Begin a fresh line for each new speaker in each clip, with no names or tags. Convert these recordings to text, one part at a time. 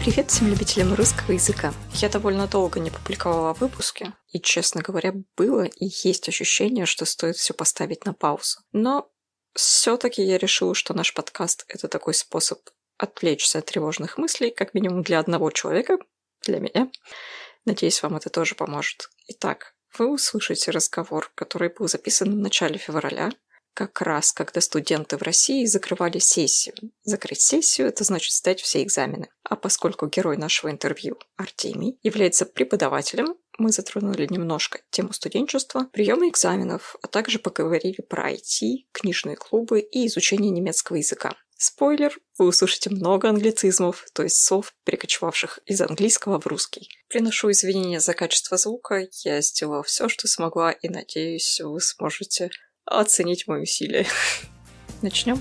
Привет всем любителям русского языка. Я довольно долго не публиковала выпуски, и, честно говоря, было и есть ощущение, что стоит все поставить на паузу. Но все-таки я решила, что наш подкаст — это такой способ отвлечься от тревожных мыслей, как минимум для одного человека, для меня. Надеюсь, вам это тоже поможет. Итак, вы услышите разговор, который был записан в начале февраля, как раз когда студенты в России закрывали сессию. Закрыть сессию – это значит сдать все экзамены. А поскольку герой нашего интервью, Артемий, является преподавателем, мы затронули немножко тему студенчества, приема экзаменов, а также поговорили про IT, книжные клубы и изучение немецкого языка. Спойлер, вы услышите много англицизмов, то есть слов, перекочевавших из английского в русский. Приношу извинения за качество звука, я сделала все, что смогла, и надеюсь, вы сможете оценить мои усилия. Начнем.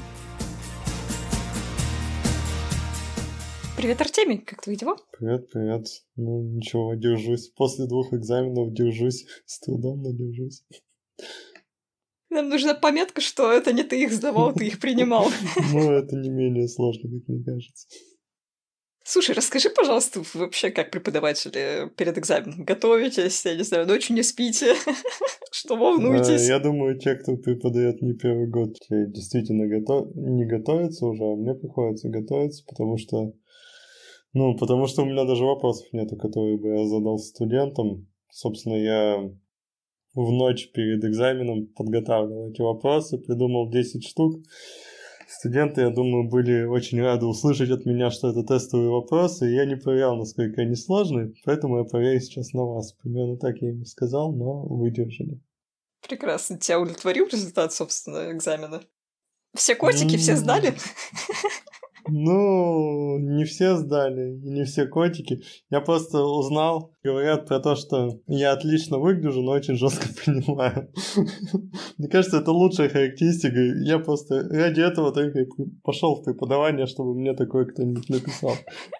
Привет, Артемий, как твои дела?
Привет. Ну, ничего, держусь. После 2 экзаменов держусь. С трудом, но держусь.
Нам нужна пометка, что это не ты их сдавал, ты их принимал.
Ну, это не менее сложно, как мне кажется.
Слушай, расскажи, пожалуйста, вы вообще как преподаватели перед экзаменом готовитесь? Я не знаю, ночью не спите? Что волнуетесь?
Я думаю, те, кто преподает не первый год, те действительно не готовятся уже, а мне приходится готовиться, потому что у меня даже вопросов нету, которые бы я задал студентам. Собственно, я в ночь перед экзаменом подготавливал эти вопросы, придумал 10 штук. Студенты, я думаю, были очень рады услышать от меня, что это тестовые вопросы, и я не проверял, насколько они сложные, поэтому я проверю сейчас на вас. Примерно так я им сказал, но выдержали.
Прекрасно. Тебя удовлетворил результат, собственно, экзамена? Все котики все сдали?
Ну, не все сдали, и не все котики. Я просто узнал, говорят про то, что я отлично выгляжу, но очень жестко принимаю. Мне кажется, это лучшая характеристика. Я просто ради этого только и пошел в преподавание, чтобы мне такое кто-нибудь написал.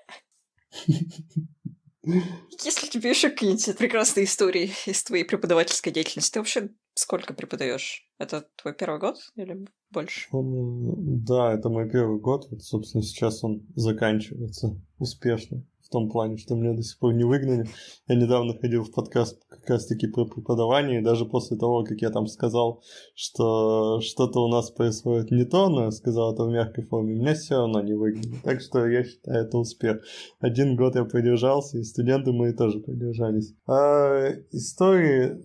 Если тебе еще какие-нибудь прекрасные истории из твоей преподавательской деятельности, ты вообще сколько преподаешь? Это твой первый год или больше?
Да, это мой первый год. Вот, собственно, сейчас он заканчивается успешно. В том плане, что меня до сих пор не выгнали. Я недавно ходил в подкаст как раз-таки про преподавание, и даже после того, как я там сказал, что что-то у нас происходит не то, но я сказал это в мягкой форме, меня все равно не выгнали. Так что я считаю, это успех. 1 год я продержался, и студенты мои тоже продержались. А истории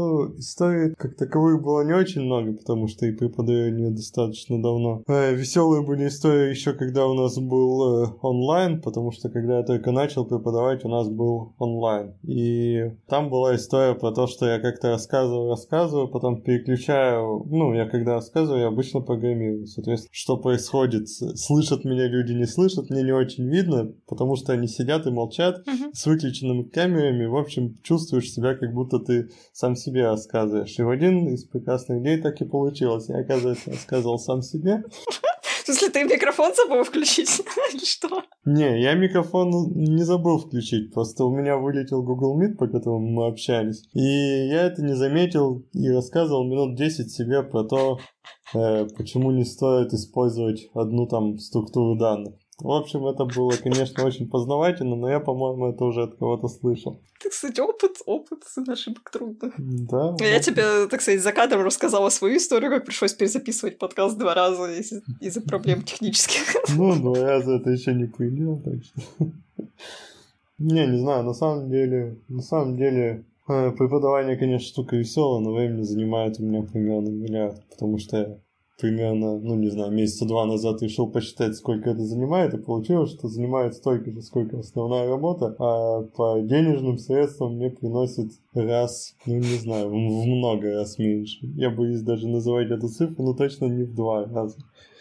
как таковых было не очень много, потому что и преподаю не достаточно давно. Веселые были истории еще, когда у нас был онлайн, потому что когда я только начал преподавать, у нас был онлайн. И там была история про то, что я как-то рассказываю, потом переключаю. Я когда рассказываю, я обычно программирую. Соответственно, что происходит? Слышат меня люди, не слышат, мне не очень видно, потому что они сидят и молчат с выключенными камерами. В общем, чувствуешь себя, как будто ты сам себе рассказываешь. И в один из прекрасных дней так и получилось. Я, оказывается, рассказывал сам себе.
В смысле, ты микрофон забыл включить? Или что?
Не, я микрофон не забыл включить, просто у меня вылетел Google Meet, по которому мы общались, и я это не заметил и рассказывал минут 10 себе про то, почему не стоит использовать одну там структуру данных. В общем, это было, конечно, очень познавательно, но я, по-моему, это уже от кого-то слышал.
Ты, кстати, опыт ошибок трудно.
Да.
Я тебе, так сказать, за кадром рассказала свою историю, как пришлось перезаписывать подкаст 2 раза из-за проблем технических.
2 раза это еще не предел, так что... Не знаю, на самом деле, преподавание, конечно, штука веселая, но времени занимает у меня примерно миллиард, потому что я примерно, месяца 2 назад решил посчитать, сколько это занимает, и получилось, что занимает столько же, сколько основная работа, а по денежным средствам мне приносит в много раз меньше. Я боюсь даже называть эту цифру, но точно не в 2 раза.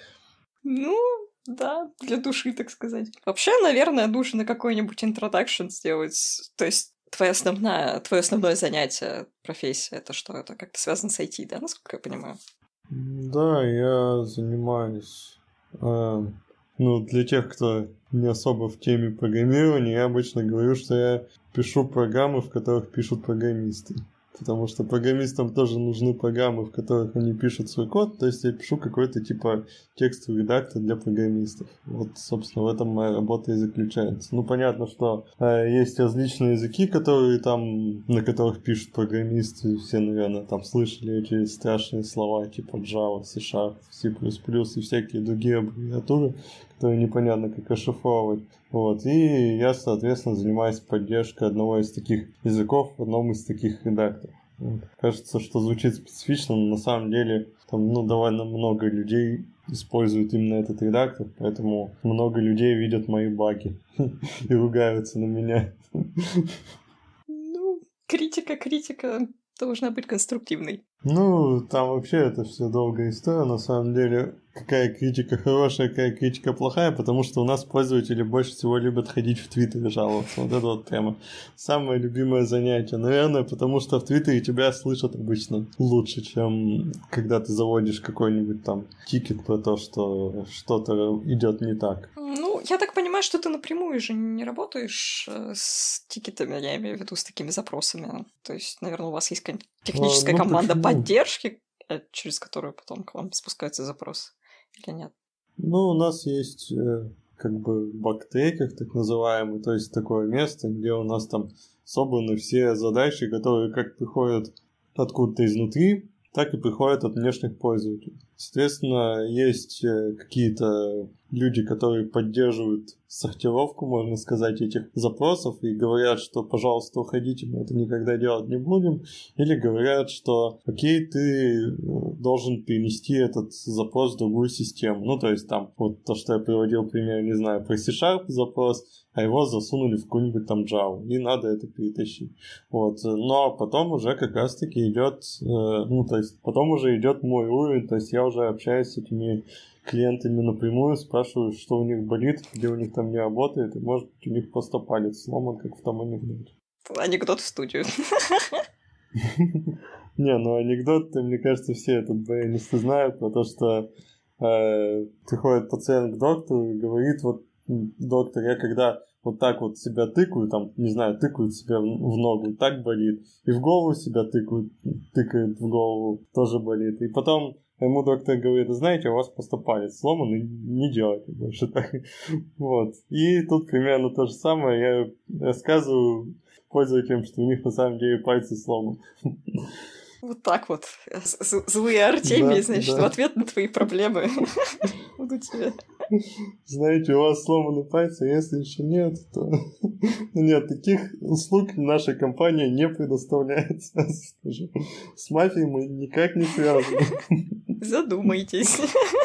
Да, для души, так сказать. Вообще, наверное, нужно какой-нибудь introduction сделать, то есть твое основное занятие, профессия, это что? Это как-то связано с IT, да, насколько я понимаю?
Да, я занимаюсь, для тех, кто не особо в теме программирования, я обычно говорю, что я пишу программы, в которых пишут программисты. потому что программистам тоже нужны программы, в которых они пишут свой код, то есть я пишу какой-то типа текстовый редактор для программистов. Вот, собственно, в этом моя работа и заключается. Ну, понятно, что есть различные языки, которые там, на которых пишут программисты, все, наверное, там слышали эти страшные слова, типа Java, C#, C++ и всякие другие аббревиатуры, которые непонятно как расшифровывать. Вот. И я, соответственно, занимаюсь поддержкой одного из таких языков в одном из таких редакторов. Вот. Кажется, что звучит специфично, но на самом деле там довольно много людей используют именно этот редактор, поэтому много людей видят мои баги и ругаются на меня.
Ну, критика должна быть конструктивной.
Ну, там вообще это все долгая история, на самом деле. Какая критика хорошая, какая критика плохая, потому что у нас пользователи больше всего любят ходить в Твиттере жаловаться. Вот это вот прямо самое любимое занятие. Наверное, потому что в Твиттере тебя слышат обычно лучше, чем когда ты заводишь какой-нибудь там тикет про то, что что-то идет не так.
Ну, я так понимаю, что ты напрямую же не работаешь с тикетами, я имею в виду с такими запросами. То есть, наверное, у вас есть техническая команда поддержки, через которую потом к вам спускаются запросы, или нет?
Ну, у нас есть как бы бактрекер, так называемый, то есть такое место, где у нас там собраны все задачи, которые как приходят откуда-то изнутри, так и приходят от внешних пользователей. Соответственно, есть какие-то люди, которые поддерживают сортировку, можно сказать, этих запросов и говорят, что, пожалуйста, уходите, мы это никогда делать не будем. Или говорят, что, окей, ты должен перенести этот запрос в другую систему. Ну, то есть там вот то, что я приводил пример, не знаю, про C# запрос, а его засунули в какую-нибудь там Java, и надо это перетащить. Вот. Но потом уже как раз-таки идет, то есть потом уже идет мой уровень, то есть я уже общаюсь с этими клиентами напрямую, спрашиваю, что у них болит, где у них там не работает, и может быть у них просто палец сломан, как в том анекдоте.
Анекдот в студию.
Не, ну анекдот, мне кажется, все этот баянисты знают, потому что приходит пациент к доктору и говорит, вот, доктор, я когда вот так вот себя тыкаю, там, не знаю, тыкают себя в ногу, так болит, и в голову себя тыкают в голову, тоже болит, и потом ему доктор говорит, знаете, у вас просто палец сломан, и не делайте больше так. Вот. И тут примерно то же самое. Я рассказываю пользователям, что у них на самом деле пальцы сломаны.
Вот так вот. Злые Артемии, значит, в ответ на твои проблемы буду тебе.
Знаете, у вас сломаны пальцы, а если еще нет, то... Нет, таких услуг наша компания не предоставляет. С мафией мы никак не связаны.
Задумайтесь.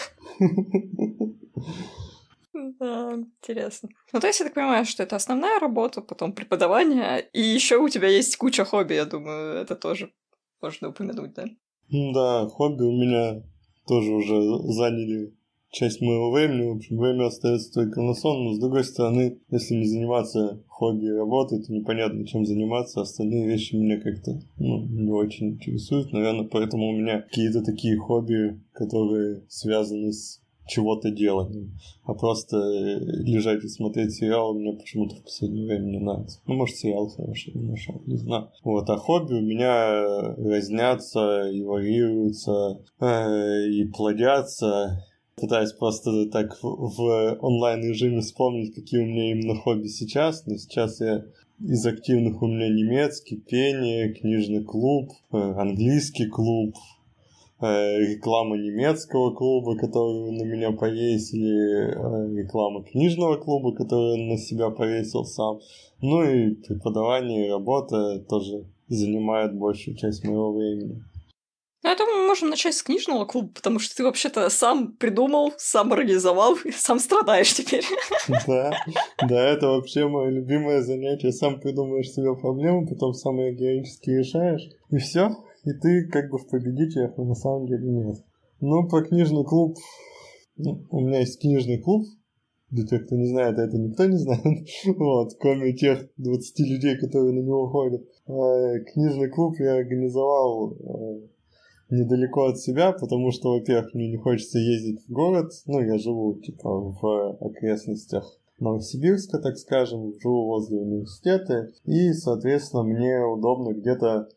Да, интересно. Ну, то есть, я так понимаю, что это основная работа, потом преподавание, и еще у тебя есть куча хобби, я думаю, это тоже можно упомянуть, да?
Да, хобби у меня тоже уже заняли часть моего времени. В общем, время остается только на сон, но с другой стороны, если не заниматься хобби и работой, то непонятно, чем заниматься. Остальные вещи меня как-то не очень интересуют. Наверное, поэтому у меня какие-то такие хобби, которые связаны с чего-то деланием. А просто лежать и смотреть сериал мне почему-то в последнее время не нравится. Ну, может, сериал хороший не нашел, не знаю. Вот, а хобби у меня разнятся и варьируются, и плодятся. Пытаюсь просто так в онлайн-режиме вспомнить, какие у меня именно хобби сейчас. Но сейчас я из активных у меня немецкий, пение, книжный клуб, английский клуб, реклама немецкого клуба, которую на меня повесили, реклама книжного клуба, которую на себя повесил сам. Ну и преподавание и работа тоже занимает большую часть моего времени.
Ну, я думаю, мы можем начать с книжного клуба, потому что ты вообще-то сам придумал, сам организовал и сам страдаешь теперь.
Да, это вообще мое любимое занятие. Сам придумаешь себе проблему, потом сам ее героически решаешь, и все. И ты как бы в победителях, но на самом деле нет. Ну, про книжный клуб. У меня есть книжный клуб. Для тех, кто не знает, а это никто не знает. Вот, кроме тех 20 людей, которые на него ходят. Книжный клуб я организовал недалеко от себя, потому что, во-первых, мне не хочется ездить в город. Ну, я живу, типа, в окрестностях Новосибирска, так скажем, живу возле университета. И, соответственно, мне удобно где-то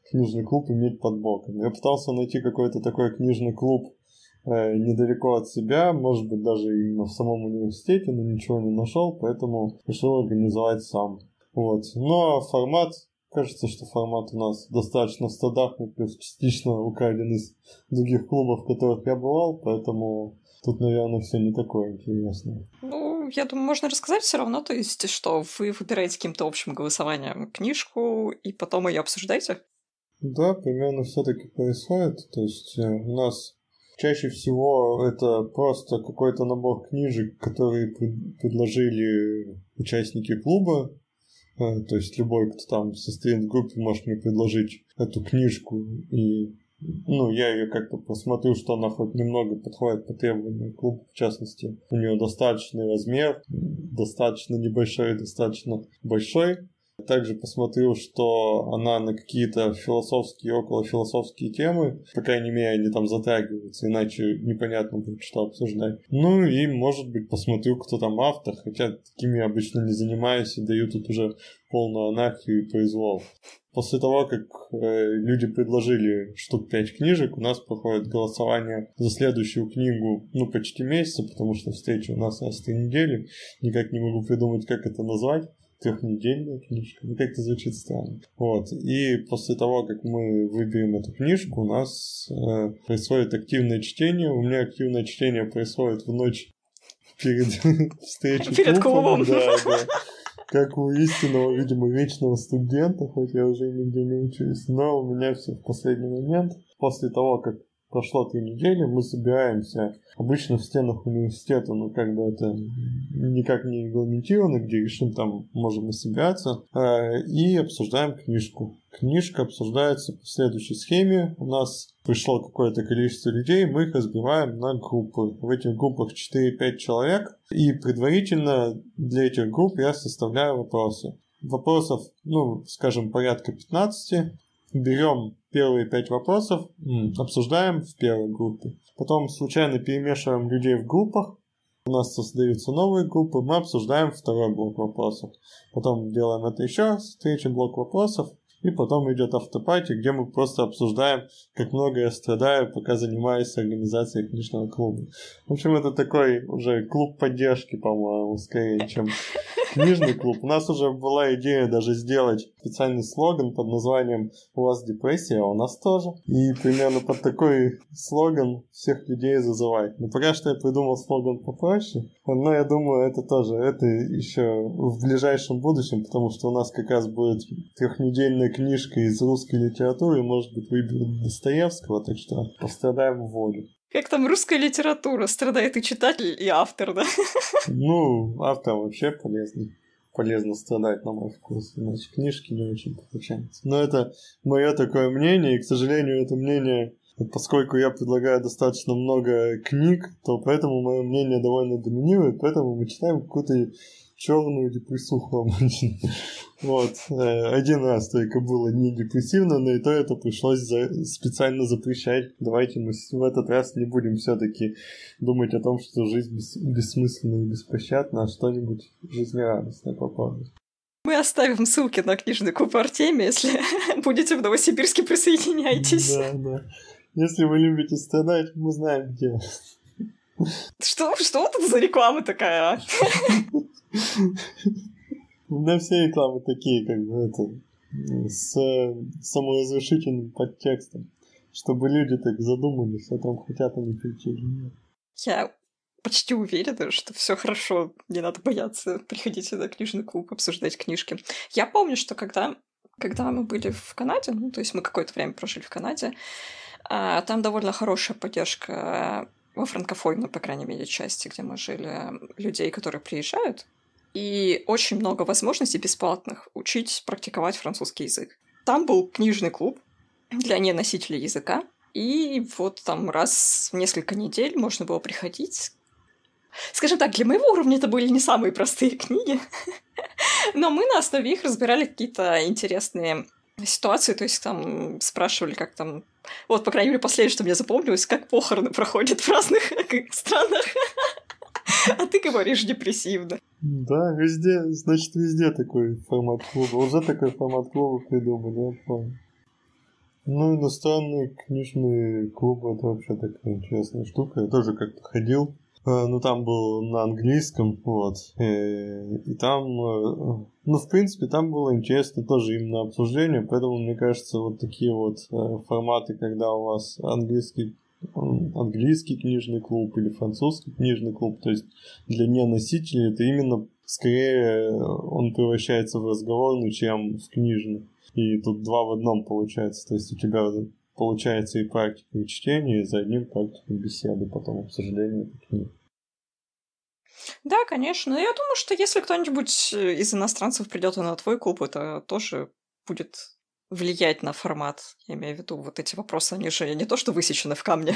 книжный клуб иметь под боком. Я пытался найти какой-то такой книжный клуб недалеко от себя, может быть, даже именно в самом университете, но ничего не нашел, поэтому решил организовать сам. Вот. Но формат, кажется, что формат у нас достаточно стандартный, плюс частично украден из других клубов, в которых я бывал, поэтому тут, наверное, все не такое интересное.
Ну, я думаю, можно рассказать все равно, то есть, что вы выбираете каким-то общим голосованием книжку и потом ее обсуждаете?
Да, примерно все-таки происходит. То есть у нас чаще всего это просто какой-то набор книжек, которые предложили участники клуба. То есть любой, кто там состоит в группе, может мне предложить эту книжку, и я ее как-то посмотрю, что она хоть немного подходит по требованиям клуба, в частности. У нее достаточный размер, достаточно небольшой, достаточно большой. Также посмотрел, что она на какие-то философские, околофилософские темы, по крайней мере, они там затрагиваются, иначе непонятно будет, что обсуждать. Ну и, может быть, посмотрю, кто там автор, хотя такими я обычно не занимаюсь и даю тут уже полную анархию и произвол. После того, как люди предложили штук 5 книжек, у нас проходит голосование за следующую книгу, почти месяца, потому что встреча у нас раз в 3 недели. Никак не могу придумать, как это назвать. 3-недельная книжка. Как-то звучит странно. Вот. И после того, как мы выберем эту книжку, у нас происходит активное чтение. У меня активное чтение происходит в ночь перед встречей.
Перед клубом.
Да. Как у истинного, видимо, вечного студента, хоть я уже нигде не учусь. Но у меня все в последний момент. После того, как прошло 3 недели, мы собираемся обычно в стенах университета, это никак не регламентировано, где решим, там можем и собираться, и обсуждаем книжку. Книжка обсуждается по следующей схеме. У нас пришло какое-то количество людей, мы их разбиваем на группы. В этих группах 4-5 человек, и предварительно для этих групп я составляю вопросы. Вопросов, скажем, порядка 15. Берем первые 5 вопросов, обсуждаем в первой группе. Потом случайно перемешиваем людей в группах. У нас создаются новые группы, мы обсуждаем второй блок вопросов. Потом делаем это еще раз, третий блок вопросов. И потом идет автопати, где мы просто обсуждаем, как много я страдаю, пока занимаюсь организацией книжного клуба. В общем, это такой уже клуб поддержки, по-моему, скорее, чем книжный клуб. У нас уже была идея даже сделать специальный слоган под названием «У вас депрессия, а у нас тоже». И примерно под такой слоган всех людей зазывать. Но пока что я придумал слоган попроще, но я думаю, это еще в ближайшем будущем, потому что у нас как раз будет 3-недельная книжка из русской литературы, может быть, выберут Достоевского, так что пострадаем в волю.
Как там русская литература? Страдает и читатель, и автор, да?
Автор вообще полезно страдать, на мой вкус, иначе книжки не очень получаются. Но это мое такое мнение, и, к сожалению, это мнение, поскольку я предлагаю достаточно много книг, то поэтому мое мнение довольно доминирует, поэтому мы читаем какую-то черную депрессуху обычно. Вот. Один раз только было не депрессивно, но и то это пришлось специально запрещать. Давайте мы в этот раз не будем все-таки думать о том, что жизнь бессмысленна и беспощадна, а что-нибудь жизнерадостное попробовать.
Мы оставим ссылки на книжный клуб Артемия, если будете в Новосибирске, присоединяйтесь.
Да. Если вы любите страдать, мы знаем где.
Что тут за реклама такая, а?
У меня все рекламы такие, с саморазрушительным подтекстом, чтобы люди так задумались о том, хотят они прийти или нет.
Я почти уверена, что все хорошо, не надо бояться, приходите на книжный клуб, обсуждать книжки. Я помню, что когда мы были в Канаде, то есть мы какое-то время прожили в Канаде, там довольно хорошая поддержка во франкофонной, по крайней мере, части, где мы жили, людей, которые приезжают, и очень много возможностей бесплатных учить, практиковать французский язык. Там был книжный клуб для неносителей языка, и вот там раз в несколько недель можно было приходить. Скажем так, для моего уровня это были не самые простые книги, но мы на основе их разбирали какие-то интересные ситуации, то есть там спрашивали, как там... Вот, по крайней мере, последнее, что мне запомнилось, как похороны проходят в разных странах. А ты говоришь депрессивно.
Да, везде такой формат клуба. Уже такой формат клуба придумали, я понял. Ну, иностранные книжные клубы — это вообще такая интересная штука. Я тоже как-то ходил. Ну, там был на английском, вот. И там, ну, в принципе, там было интересно тоже именно обсуждение, поэтому, мне кажется, вот такие вот форматы, когда у вас английский книжный клуб или французский книжный клуб, то есть для неносителей, это именно скорее он превращается в разговорный, чем в книжный. И тут два в одном получается. То есть у тебя получается и практика, и чтение, и за одним практика беседы, потом обсуждение этой книги.
Да, конечно. Но я думаю, что если кто-нибудь из иностранцев придет на твой клуб, это тоже будет влиять на формат. Я имею в виду, вот эти вопросы, они же не то, что высечены в камне.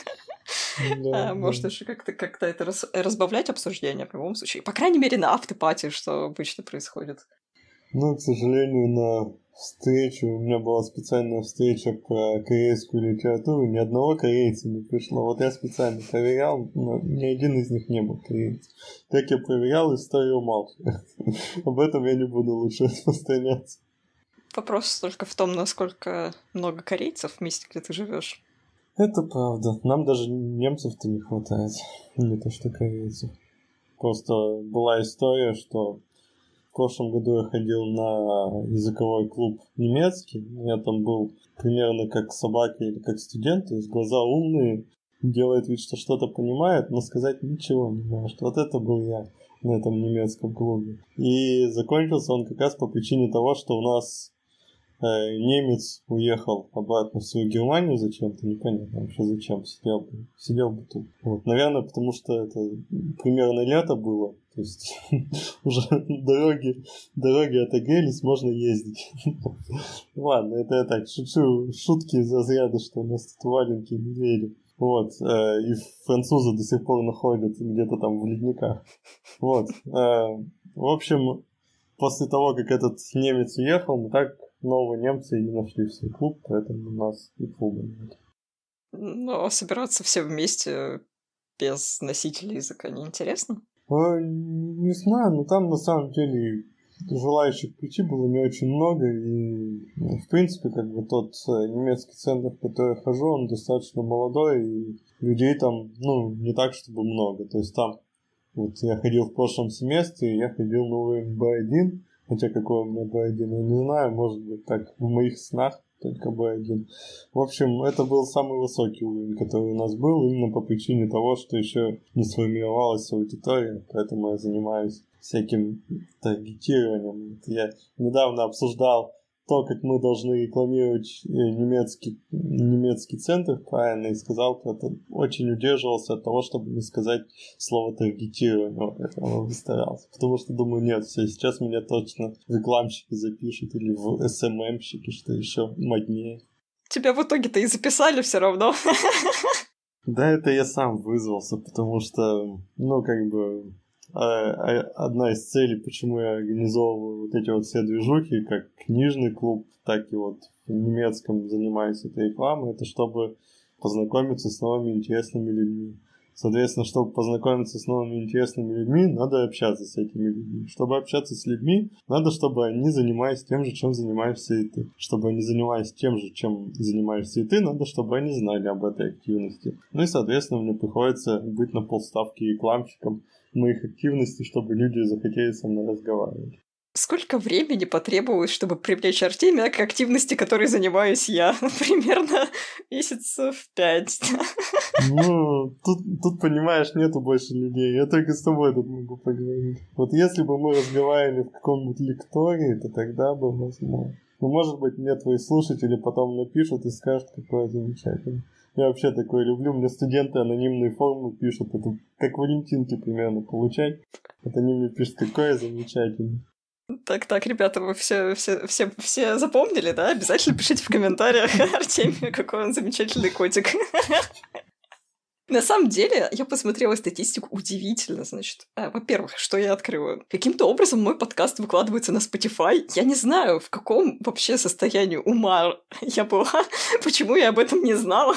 Может, еще как-то это разбавлять обсуждение в любом случае. По крайней мере, на автопати, что обычно происходит.
Ну, к сожалению, на встречу, у меня была специальная встреча про корейскую литературу, ни одного корейца не пришло. Вот я специально проверял, но ни один из них не был корейцем. Как я проверял, историю умалчиваю. Об этом я не буду лучше распространяться.
Вопрос только в том, насколько много корейцев в месте, где ты живешь.
Это правда. Нам даже немцев-то не хватает. Не то что корейцев. Просто была история, что в прошлом году я ходил на языковой клуб немецкий. Я там был примерно как собака или как студент. То есть глаза умные, делает вид, что что-то понимает, но сказать ничего не может. Вот это был я на этом немецком клубе. И закончился он как раз по причине того, что у нас немец уехал обратно в свою Германию зачем-то, непонятно вообще зачем, сидел бы тут. Вот, наверное, потому что это примерно лето было, то есть уже дороги отогрелись, можно ездить. Ладно, это я так шучу, шутки из разряда, что у нас тут валенки медведи. Вот, и французы до сих пор находят где-то там в ледниках. Вот, в общем, после того, как этот немец уехал, мы так новые немцы и не нашли в свой клуб, поэтому у нас и клуба нет.
Ну, а собираться все вместе без носителей языка неинтересно?
Не знаю, но там на самом деле желающих прийти было не очень много, и в принципе как бы тот немецкий центр, в который я хожу, он достаточно молодой, и людей там, ну, не так, чтобы много. То есть там, вот я ходил в прошлом семестре, я ходил на уровень B1, хотя какой у меня B1, я не знаю, может быть так в моих снах только B1. В общем, это был самый высокий уровень, который у нас был, именно по причине того, что еще не сформировалась аудитория, поэтому я занимаюсь всяким таргетированием. Я недавно обсуждал то, как мы должны рекламировать немецкий центр правильно, и сказал, что это очень удерживался от того, чтобы не сказать слово таргетирование. Я старался. Потому что думаю, нет, все, сейчас меня точно рекламщики запишут или в СММщики, что еще моднее.
Тебя в итоге-то и записали все равно.
Да, это я сам вызвался, потому что, ну, как бы, одна из целей, почему я организовываю вот эти вот все движухи, как книжный клуб, так и вот в немецком занимаюсь этой рекламой, это чтобы познакомиться с новыми интересными людьми. Соответственно, чтобы познакомиться с новыми интересными людьми, надо общаться с этими людьми. Чтобы общаться с людьми, надо, чтобы они занимались тем же, чем занимаешься и ты. Чтобы они занимались тем же, чем занимаешься и ты, надо, чтобы они знали об этой активности. Ну и, соответственно, мне приходится быть на полставки рекламщиком моих активностей, чтобы люди захотели со мной разговаривать.
Сколько времени потребовалось, чтобы привлечь Артемия к активности, которой занимаюсь я? Примерно месяцев 5.
Ну, тут, понимаешь, нету больше людей. Я только с тобой тут могу поговорить. Вот если бы мы разговаривали в каком-нибудь лектории, то тогда бы возможно. Ну, может быть, мне твои слушатели потом напишут и скажут, какое замечательное. Я вообще такое люблю. Мне студенты анонимные формы пишут. Это как валентинки примерно получать. Вот они мне пишут, какое замечательное.
Так, ребята, вы все запомнили, да? Обязательно пишите в комментариях Артемию, какой он замечательный котик. На самом деле, я посмотрела статистику, удивительно, значит. Во-первых, что я открыла? Каким-то образом мой подкаст выкладывается на Spotify. Я не знаю, в каком вообще состоянии ума я была, почему я об этом не знала.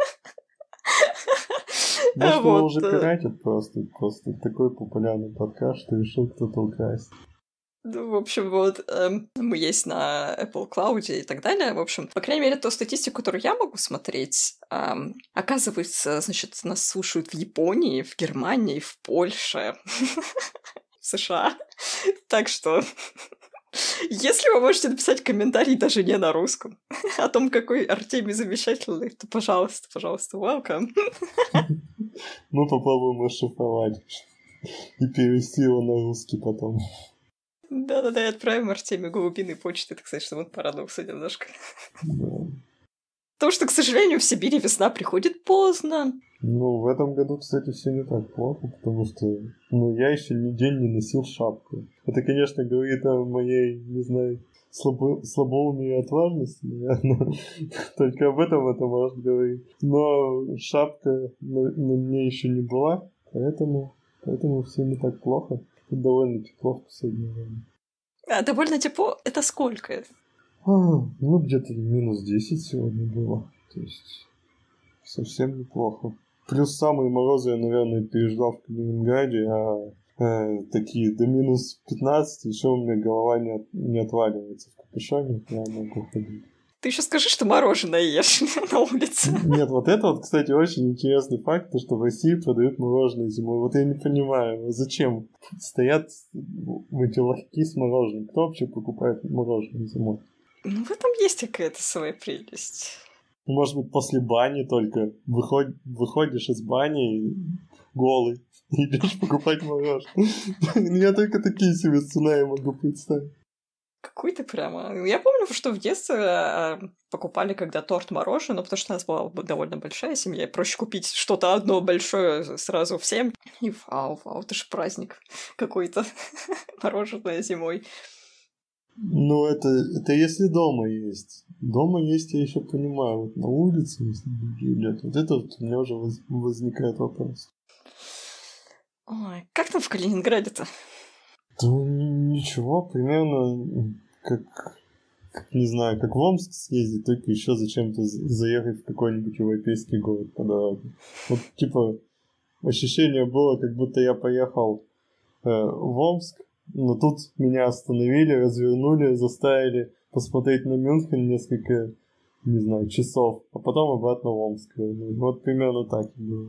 Может, его уже пиратят просто такой популярный подкаст, что решил кто-то украсть.
Ну, в общем, вот мы есть на Apple Cloud и так далее. В общем, по крайней мере, ту статистику, которую я могу смотреть, оказывается, значит, нас слушают в Японии, в Германии, в Польше, в США. Так что, если вы можете написать комментарий даже не на русском о том, какой Артемий замечательный, то, пожалуйста, пожалуйста, welcome.
Мы попробуем расшифровать и перевести его на русский потом.
Да-да-да, и отправим Артемию голубиной почтой, так сказать, чтобы он порадовался немножко.
Да.
Потому что, к сожалению, в Сибири весна приходит поздно.
Ну, в этом году, кстати, все не так плохо, потому что, я еще ни день не носил шапку. Это, конечно, говорит о моей, не знаю, слабоумии и отважности, наверное. Только об этом это может говорить. Но шапка на мне еще не была, поэтому все не так плохо. Тут довольно тепло в последнее время.
А довольно тепло? Это сколько?
Где-то минус 10 сегодня было. То есть совсем неплохо. Плюс самые морозы я, наверное, переждал в Калининграде, такие до минус 15, еще у меня голова не отваливается в капюшоне, я могу ходить.
Ты еще скажи, что мороженое ешь на улице.
Нет, вот это вот, кстати, очень интересный факт, то, что в России продают мороженое зимой. Вот я не понимаю, зачем стоят эти лотки с мороженым? Кто вообще покупает мороженое зимой?
Ну, в этом есть какая-то своя прелесть.
Может быть, после бани только выходишь из бани голый и идешь покупать мороженое. Я только такие себе сценарии могу представить.
Какой ты прямо... Я помню, что в детстве покупали, когда торт мороженое, потому что у нас была довольно большая семья, и проще купить что-то одно большое сразу всем. И вау, это же праздник какой-то. Мороженое зимой.
Ну, это если дома есть. Дома есть, я еще понимаю. Вот на улице, если люди едят, вот это вот у меня уже возникает вопрос.
Ой, как там в Калининграде-то?
Да ничего, примерно как не знаю, как в Омск съездить, только еще зачем-то заехать в какой-нибудь европейский город по дороге. Вот типа ощущение было, как будто я поехал в Омск, но тут меня остановили, развернули, заставили посмотреть на Мюнхен несколько, не знаю, часов, а потом обратно в Омск. Вот примерно так и было.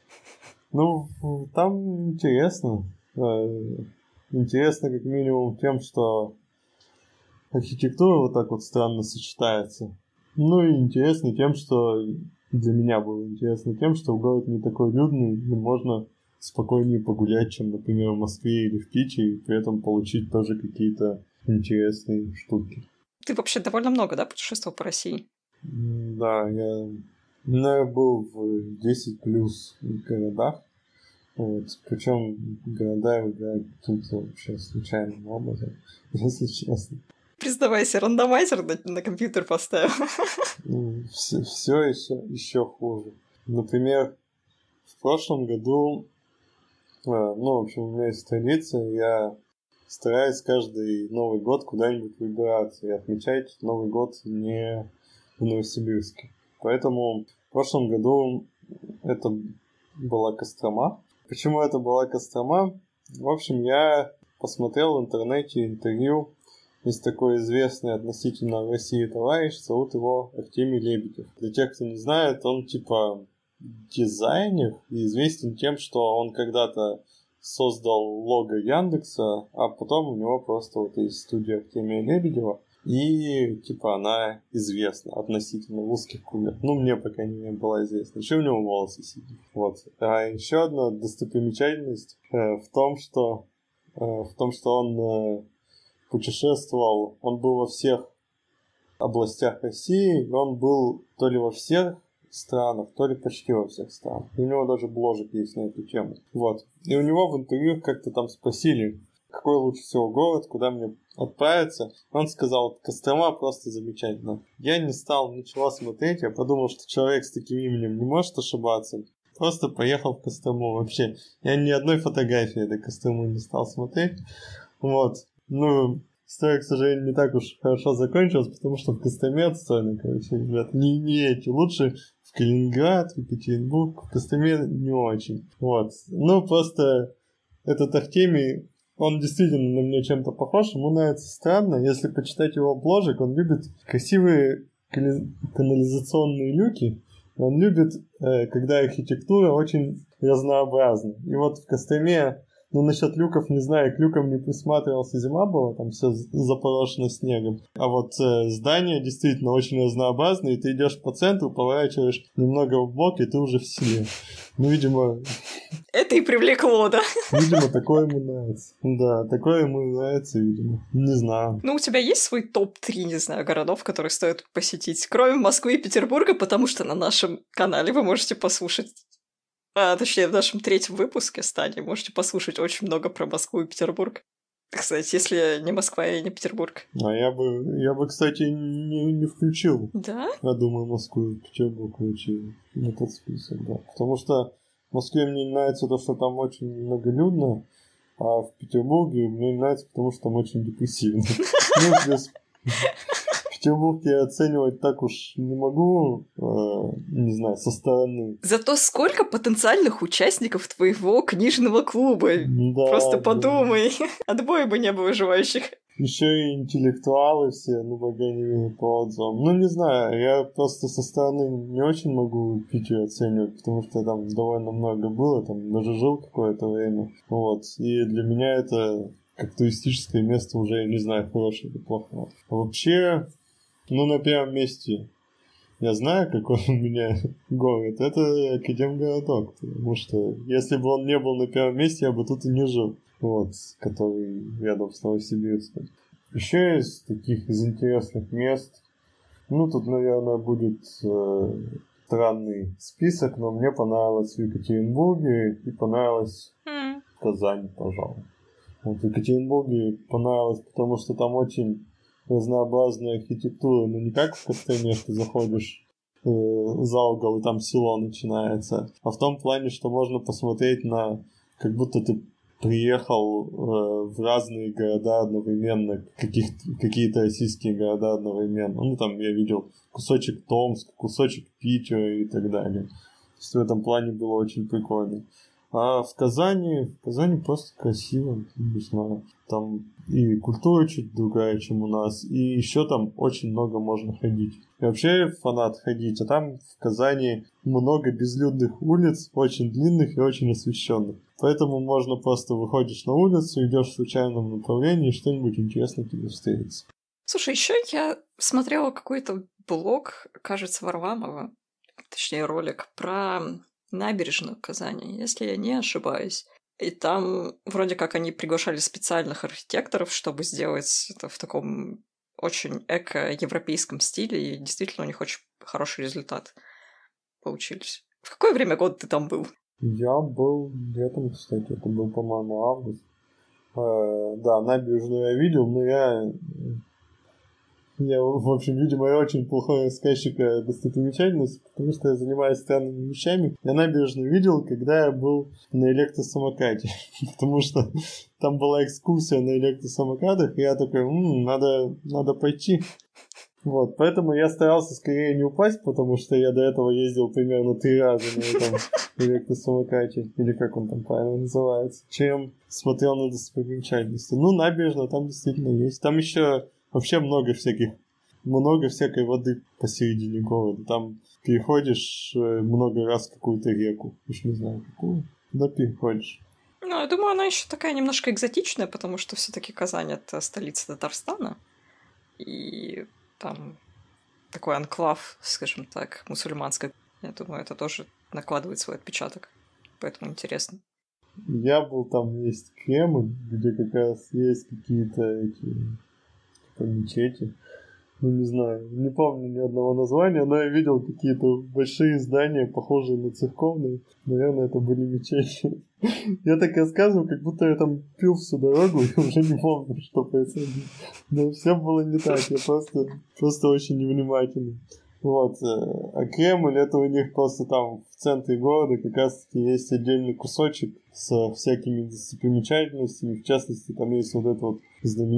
Ну, там интересно. Интересно как минимум тем, что архитектура вот так вот странно сочетается. Ну и интересно тем, что для меня было интересно тем, что город не такой людный, и можно спокойнее погулять, чем, например, в Москве или в Питере, и при этом получить тоже какие-то интересные штуки.
Ты вообще довольно много, да, путешествовал по России?
Да, я был в 10 плюс городах. Вот. Причем города выбирают тут вообще случайным образом, если честно.
Признавайся, рандомайзер на компьютер поставил.
Все еще хуже. Например, в прошлом году, в общем, у меня есть традиция, я стараюсь каждый Новый год куда-нибудь выбираться и отмечать Новый год не в Новосибирске. Поэтому в прошлом году это была Кострома. Почему это была Кострома? В общем, я посмотрел в интернете интервью. Есть такой известный относительно России товарищ, зовут его Артемий Лебедев. Для тех, кто не знает, он типа дизайнер и известен тем, что он когда-то создал лого Яндекса, а потом у него просто вот есть студия Артемия Лебедева. И, типа, она известна относительно в узких кругах. Ну, мне, по крайней мере, была известна. Еще у него волосы сидят. Вот. А еще одна достопримечательность в том, что он путешествовал, он был во всех областях России, и он был то ли во всех странах, то ли почти во всех странах. И у него даже бложек есть на эту тему. Вот. И у него в интервью как-то там спросили, какой лучше всего город, куда мне отправиться. Он сказал, Кострома просто замечательно. Я не стал ничего смотреть, я подумал, что человек с таким именем не может ошибаться. Просто поехал в Кострому вообще. Я ни одной фотографии этой Кострому не стал смотреть. Вот. Ну, история, к сожалению, не так уж хорошо закончилась, потому что в Костроме отстойно, короче, ребят. Не эти. Лучше в Калининград, в Екатеринбург, в Костроме не очень. Вот. Ну, просто этот Артемий Он действительно на меня чем-то похож, ему нравится странно. Если почитать его обложек, он любит красивые канализационные люки. Он любит, когда архитектура очень разнообразна. И вот в Костроме, ну, насчет люков не знаю, к люкам не присматривался, зима была, там все запорошено снегом. А вот здания действительно очень разнообразные, и ты идешь по центру, поворачиваешь немного в бок, и ты уже в селе. Ну, видимо...
Это и привлекло, да?
Видимо, такое ему нравится. Да, такое ему нравится, видимо. Не знаю.
Ну, у тебя есть свой топ-3, не знаю, городов, которые стоит посетить, кроме Москвы и Петербурга, потому что на нашем канале вы можете послушать, точнее, в нашем 3-м выпуске Стани можете послушать очень много про Москву и Петербург. Кстати, если не Москва и не Петербург.
А я бы, кстати, не включил.
Да?
Я думаю, Москву и Петербург включил в этот список, да. Потому что в Москве мне нравится то, что там очень многолюдно, а в Петербурге мне нравится, потому что там очень депрессивно. Ну, плюс Петербург я оценивать так уж не могу, не знаю, со стороны.
Зато сколько потенциальных участников твоего книжного клуба.
Да,
Просто подумай. Отбоя бы не было желающих.
Еще и интеллектуалы все, ну, по крайней мере, по отзывам. Ну, не знаю, я просто со стороны не очень могу Питер оценивать, потому что там довольно много было, там даже жил какое-то время. Вот. И для меня это как туристическое место уже, не знаю, хорошее или плохое. А вообще, ну, на первом месте я знаю, какой у меня город. Это Академгородок, потому что если бы он не был на первом месте, я бы тут и не жил. Вот, который рядом с Новосибирском. Еще из таких, из интересных мест, ну, тут, наверное, будет странный список, но мне понравилось в Екатеринбурге и понравилось в Казани, пожалуй. Вот в Екатеринбурге понравилось, потому что там очень разнообразная архитектура, но не как в Костроме, что заходишь за угол и там село начинается, а в том плане, что можно посмотреть на, как будто ты приехал в разные города одновременно, какие-то российские города одновременно. Ну, там я видел кусочек Томска, кусочек Питера и так далее. То есть в этом плане было очень прикольно. А в Казани просто красиво, не знаю. Там и культура чуть другая, чем у нас, и еще там очень много можно ходить. Я вообще фанат ходить, а там в Казани много безлюдных улиц, очень длинных и очень освещенных. Поэтому можно просто выходишь на улицу, идешь в случайном направлении, и что-нибудь интересное тебе встретится.
Слушай, еще я смотрела какой-то блог, кажется, Варламова, точнее ролик, про набережную Казани, если я не ошибаюсь. И там вроде как они приглашали специальных архитекторов, чтобы сделать это в таком очень эко-европейском стиле, и действительно у них очень хороший результат получились. В какое время года ты там был?
Я был летом, кстати, это был, по-моему, август. Да, набережную я видел, но я, в общем, видимо, я очень плохой рассказчик достопримечательностей, потому что я занимаюсь странными вещами. Я набережную видел, когда я был на электросамокате, потому что там была экскурсия на электросамокатах, и я такой, надо пойти. Вот, поэтому я старался скорее не упасть, потому что я до этого ездил примерно 3 раза на этом электросамокате, или как он там правильно называется, чем смотрел на достопримечательности. Ну, набережная там действительно есть. Там еще вообще много всякой воды посередине города. Там переходишь много раз какую-то реку. Уж не знаю какую, но переходишь.
Ну, я думаю, она еще такая немножко экзотичная, потому что все-таки Казань — это столица Татарстана. И там такой анклав, скажем так, мусульманский. Я думаю, это тоже накладывает свой отпечаток. Поэтому интересно.
Я был там, есть Кремль, где как раз есть какие-то мечети. Ну, не знаю, не помню ни одного названия, но я видел какие-то большие здания, похожие на церковные. Наверное, это были мечети. Я так рассказываю, как будто я там пил всю дорогу и уже не помню, что происходило. Но все было не так, я просто очень невнимательный. Вот. А Кремль, это у них просто там в центре города как раз-таки есть отдельный кусочек со всякими достопримечательностями. В частности, там есть вот этот вот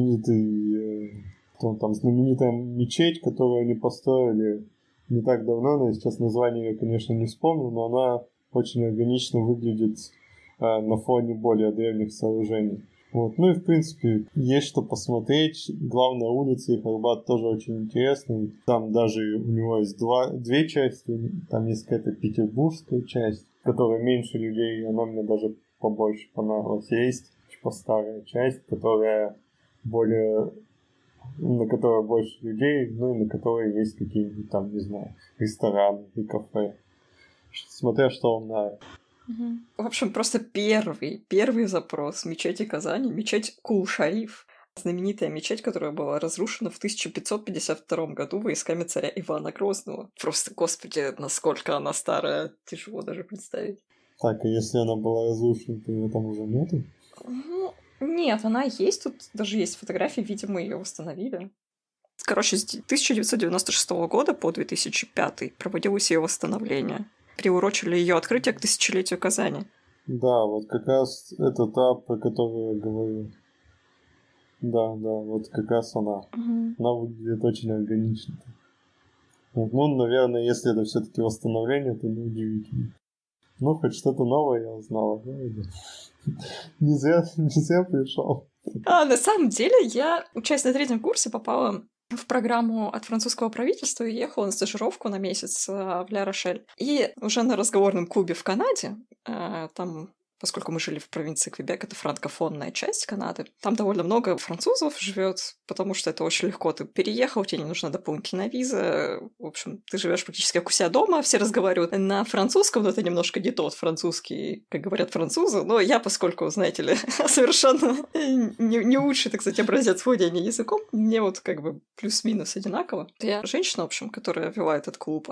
знаменитая мечеть, которую они построили не так давно, но я сейчас название я, конечно, не вспомню, но она очень органично выглядит на фоне более древних сооружений. Вот. Ну и, в принципе, есть что посмотреть. Главная улица их Арбат тоже очень интересный. Там даже у него есть две части. Там есть какая-то петербургская часть, в которой меньше людей, и она мне даже побольше понравилась. Есть типа старая часть, которая более... на которой больше людей, ну и на которой есть какие-нибудь там, не знаю, рестораны и кафе. Смотря что вам нравится.
В общем, просто первый запрос мечети Казани, мечеть Кул-Шариф. Знаменитая мечеть, которая была разрушена в 1552 году войсками царя Ивана Грозного. Просто, господи, насколько она старая, тяжело даже представить.
Так, а если она была разрушена, то ее там уже нету?
Ну, нет, она есть, тут даже есть фотографии, видимо, ее восстановили. Короче, с 1996 года по 2005 проводилось ее восстановление. Приурочили ее открытие к тысячелетию Казани.
Да, вот как раз это та, про которую я говорю. Да, вот как раз она.
Угу.
Она выглядит очень органично. Ну, наверное, если это все-таки восстановление, то неудивительно. Ну, хоть что-то новое я узнала. Не зря пришел.
На самом деле, я, учась на 3-м курсе, попала в программу от французского правительства и ехала на стажировку на месяц в Ля-Рошель. И уже на разговорном клубе в Канаде, там, поскольку мы жили в провинции Квебек, это франкофонная часть Канады, там довольно много французов живет, потому что это очень легко. Ты переехал, тебе не нужна дополнительная виза. В общем, ты живешь практически как у себя дома, все разговаривают на французском, но это немножко не тот французский, как говорят французы. Но я, поскольку, знаете ли, совершенно не лучший, так сказать, образец владения языком, мне вот как бы плюс-минус одинаково. Я женщина, в общем, которая вела этот клуб,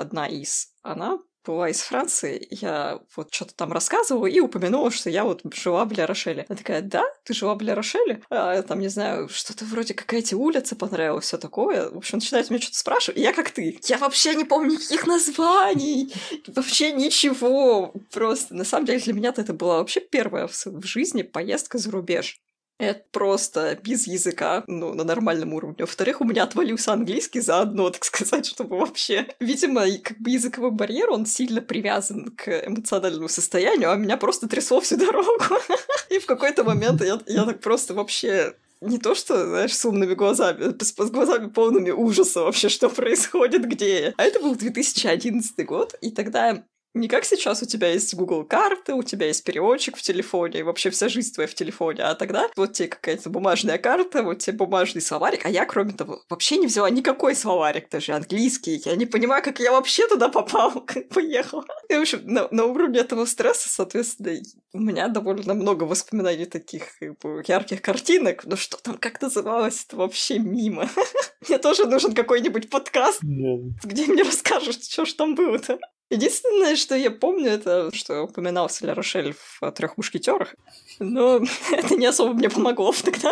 она была из Франции, я вот что-то там рассказывала и упомянула, что я вот жила в Ля-Рошеле. Она такая: да, ты жила в Ля-Рошеле? Там, не знаю, что-то вроде какая-то улица понравилась, все такое. В общем, начинает меня что-то спрашивать, и я как ты. Я вообще не помню никаких названий, вообще ничего. Просто, на самом деле, для меня-то это была вообще первая в жизни поездка за рубеж. Это просто без языка, ну, на нормальном уровне. Во-вторых, у меня отвалился английский заодно, так сказать, чтобы вообще... Видимо, как бы языковой барьер, он сильно привязан к эмоциональному состоянию, а меня просто трясло всю дорогу. И в какой-то момент я так просто вообще... Не то что, знаешь, с умными глазами, с глазами полными ужаса вообще, что происходит, где я. А это был 2011 год, и тогда... Не как сейчас у тебя есть Google карты, у тебя есть переводчик в телефоне, и вообще вся жизнь твоя в телефоне, а тогда вот тебе какая-то бумажная карта, вот тебе бумажный словарик, а я, кроме того, вообще не взяла никакой словарик, даже английский, я не понимаю, как я вообще туда попала, как поехала. И, в общем, на уровне этого стресса, соответственно, у меня довольно много воспоминаний таких как бы, ярких картинок, но что там, как называлось, это вообще мимо. Мне тоже нужен какой-нибудь подкаст, где мне расскажут, что ж там было-то. Единственное, что я помню, это что упоминался Ля-Рошель в «Трех мушкетерах», но это не особо мне помогло тогда.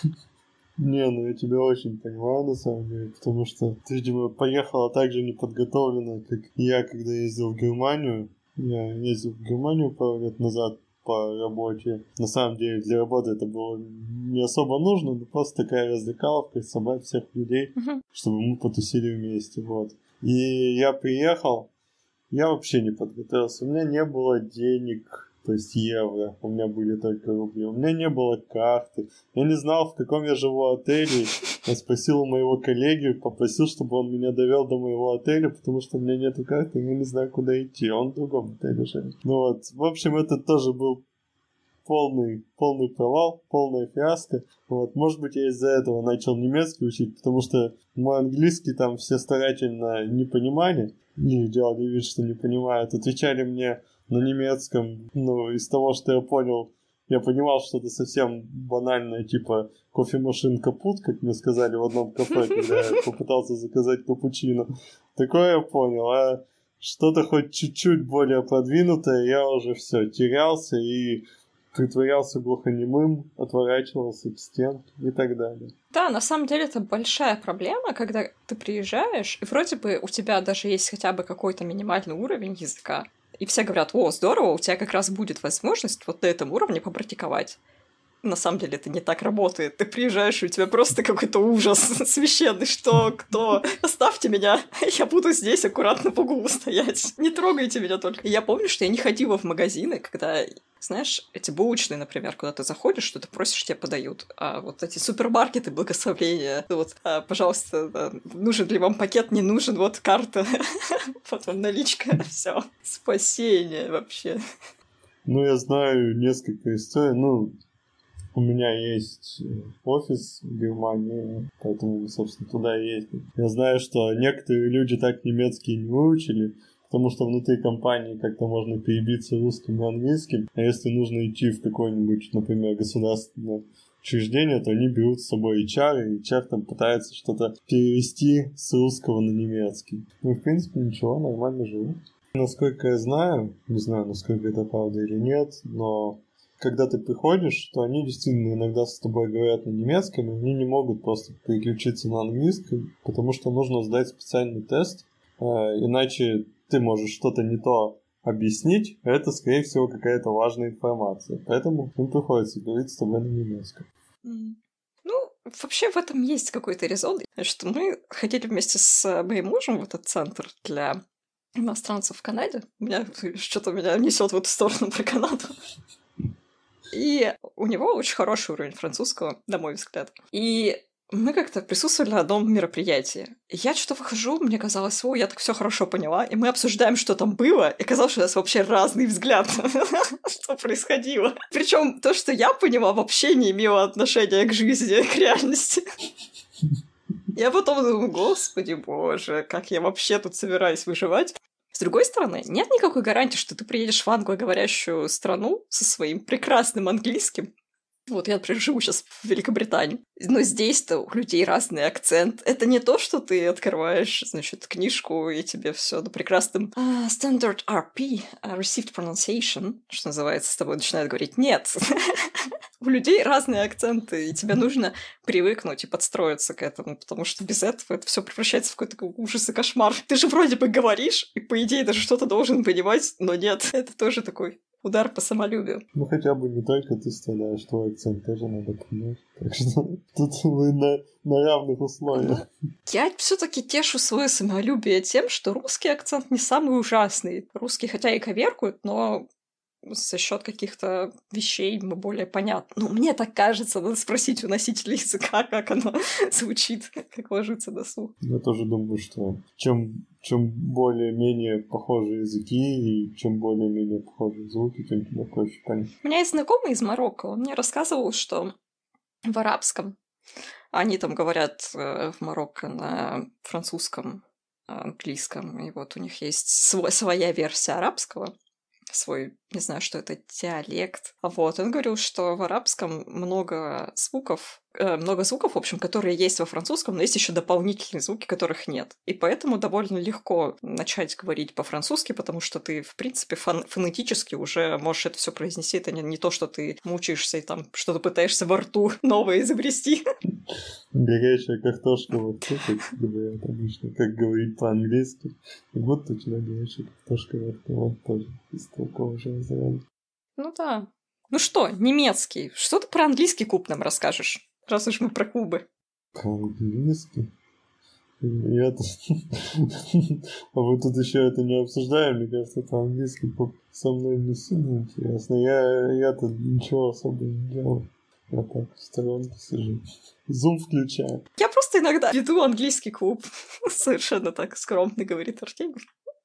Не, ну я тебя очень понимаю, на самом деле, потому что ты, видимо, поехала так же неподготовленно, как я, когда ездил в Германию. Я ездил в Германию пару лет назад по работе. На самом деле, для работы это было не особо нужно, но просто такая развлекаловка, собрать всех людей, чтобы мы потусили вместе, вот. И я приехал, я вообще не подготовился, у меня не было денег, то есть евро, у меня были только рубли, у меня не было карты, я не знал, в каком я живу отеле, я спросил у моего коллеги, попросил, чтобы он меня довел до моего отеля, потому что у меня нету карты, я не знаю, куда идти, он в другом отеле живет. Ну вот, в общем, это тоже был полный провал, полная фиаско. Вот, может быть, я из-за этого начал немецкий учить, потому что мой английский там все старательно не понимали, или делали вид, что не понимают, отвечали мне на немецком, ну, из того, что я понял, я понимал что-то совсем банальное, типа кофемашин капут, как мне сказали в одном кафе, когда я попытался заказать капучино. Такое я понял, а что-то хоть чуть-чуть более продвинутое, я уже все терялся и притворялся глухонемым, отворачивался к стенке и так далее.
Да, на самом деле это большая проблема, когда ты приезжаешь, и вроде бы у тебя даже есть хотя бы какой-то минимальный уровень языка, и все говорят: о, здорово, у тебя как раз будет возможность вот на этом уровне попрактиковать. На самом деле это не так работает. Ты приезжаешь, и у тебя просто какой-то ужас священный. Что? Кто? Оставьте меня. Я буду здесь аккуратно в углу стоять. Не трогайте меня только. И я помню, что я не ходила в магазины, когда... Знаешь, эти булочные, например, куда ты заходишь, что ты просишь, тебе подают. А вот эти супермаркеты благословения, вот, пожалуйста, нужен ли вам пакет, не нужен, вот карта, вот вам наличка, все, спасение вообще.
Ну, я знаю несколько историй, у меня есть офис в Германии, поэтому мы, собственно, туда и ездим. Я знаю, что некоторые люди так немецкий не выучили, потому что внутри компании как-то можно перебиться русским и английским, а если нужно идти в какое-нибудь, например, государственное учреждение, то они берут с собой HR, и HR там пытается что-то перевести с русского на немецкий. Ну, в принципе, ничего, нормально живут. Насколько я знаю, не знаю, насколько это правда или нет, но когда ты приходишь, то они действительно иногда с тобой говорят на немецком, и они не могут просто переключиться на английский, потому что нужно сдать специальный тест, иначе ты можешь что-то не то объяснить, а это, скорее всего, какая-то важная информация. Поэтому им приходится говорить с тобой на немецком.
Ну, вообще в этом есть какой-то резон, что мы ходили вместе с моим мужем в этот центр для иностранцев в Канаде. Что-то меня несет в эту сторону про Канаду. И у него очень хороший уровень французского, на мой взгляд. И мы как-то присутствовали на одном мероприятии. Я что-то выхожу, мне казалось, я так все хорошо поняла, и мы обсуждаем, что там было, и казалось, что у нас вообще разный взгляд, что происходило. Причем то, что я поняла, вообще не имело отношения к жизни, к реальности. Я потом думаю, господи боже, как я вообще тут собираюсь выживать. С другой стороны, нет никакой гарантии, что ты приедешь в англоговорящую страну со своим прекрасным английским. Вот я, например, живу сейчас в Великобритании. Но здесь-то у людей разный акцент. Это не то, что ты открываешь, значит, книжку, и тебе все на прекрасном Standard RP, Received Pronunciation, что называется, с тобой начинают говорить «нет». У людей разные акценты, и тебе нужно привыкнуть и подстроиться к этому, потому что без этого это все превращается в какой-то ужас и кошмар. Ты же вроде бы говоришь, и по идее даже что-то должен понимать, но нет. Это тоже такой удар по самолюбию.
Ну, хотя бы не только ты страдаешь, твой акцент тоже надо понять. Так что тут вы на равных условиях.
Я все-таки тешу свое самолюбие тем, что русский акцент не самый ужасный. Русский хотя и коверкует, но за счет каких-то вещей мы более понятны. Ну, мне так кажется, надо спросить у носителя языка, как оно звучит, как ложится на слух.
Я тоже думаю, что чем более-менее похожие языки и чем более-менее похожие звуки, тем тебе проще понять.
У меня есть знакомый из Марокко, он мне рассказывал, что в арабском они там говорят в Марокко на французском, английском, и вот у них есть своя версия арабского, свой, не знаю, что это, диалект. Вот, он говорил, что в арабском много звуков, в общем, которые есть во французском, но есть еще дополнительные звуки, которых нет. И поэтому довольно легко начать говорить по-французски, потому что ты, в принципе, фонетически уже можешь это все произнести. Это не то, что ты мучаешься и там что-то пытаешься во рту новое изобрести.
Горячая картошка во рту, как говорят обычно, как говорить по-английски. И вот у тебя горячая картошка во рту, вот тоже из такого же разряда.
Ну да. Ну что, немецкий, что ты про английский клуб нам расскажешь, раз уж мы про клубы?
По-английски? Я-то... А вы тут еще это не обсуждаем, мне кажется, по-английски со мной не сильно интересно. Я-то ничего особо не делаю. Я так в сторонке сижу. Зум включаю.
Я просто иногда веду английский клуб. Совершенно так скромно говорит Артемий.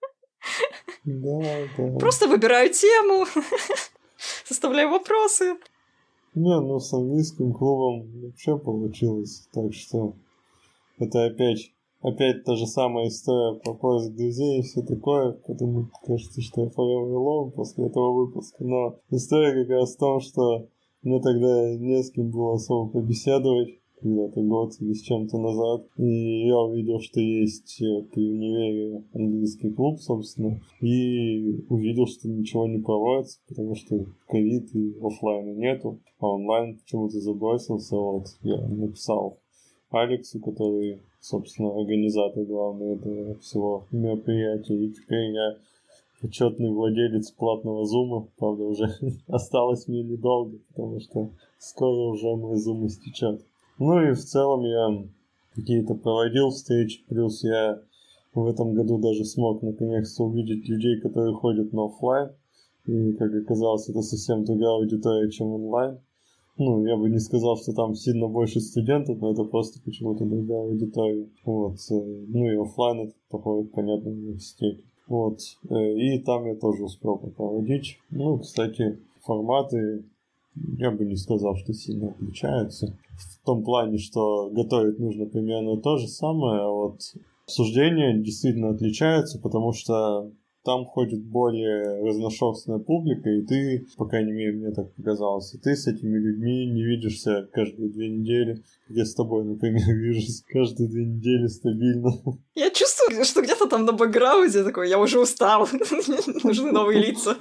Да.
Просто выбираю тему, составляю вопросы.
Не, с английским клубом вообще получилось. Так что это опять та же самая история про поиск друзей и все такое. Потому кажется, что я forever alone после этого выпуска. Но история как раз в том, что мне тогда не с кем было особо побеседовать, когда-то год или с чем-то назад. И я увидел, что есть при универе английский клуб, собственно, и увидел, что ничего не проводится, потому что ковид и офлайна нету, а онлайн почему-то забросился. Вот я написал Алексу, который, собственно, организатор главный этого всего мероприятия, и теперь я почетный владелец платного зума. Правда, уже осталось мне недолго, потому что скоро уже мой зум истечет. Ну и в целом я какие-то проводил встречи, плюс я в этом году даже смог наконец-то увидеть людей, которые ходят на офлайн. И, как оказалось, это совсем другая аудитория, чем онлайн. Ну, я бы не сказал, что там сильно больше студентов, но это просто почему-то другая аудитория. Вот. Ну и офлайн это проходит, понятно, в университете. Вот. И там я тоже успел проводить. Ну, кстати, форматы я бы не сказал, что сильно отличаются. В том плане, что готовить нужно примерно то же самое, а вот обсуждения действительно отличаются, потому что там ходит более разношерстная публика, и ты, по крайней мере, мне так показалось, и ты с этими людьми не видишься каждые 2 недели. Я с тобой, например, вижусь каждые 2 недели стабильно.
Я чувствую, что где-то там на бэкграунде такой, я уже устал, нужны новые лица.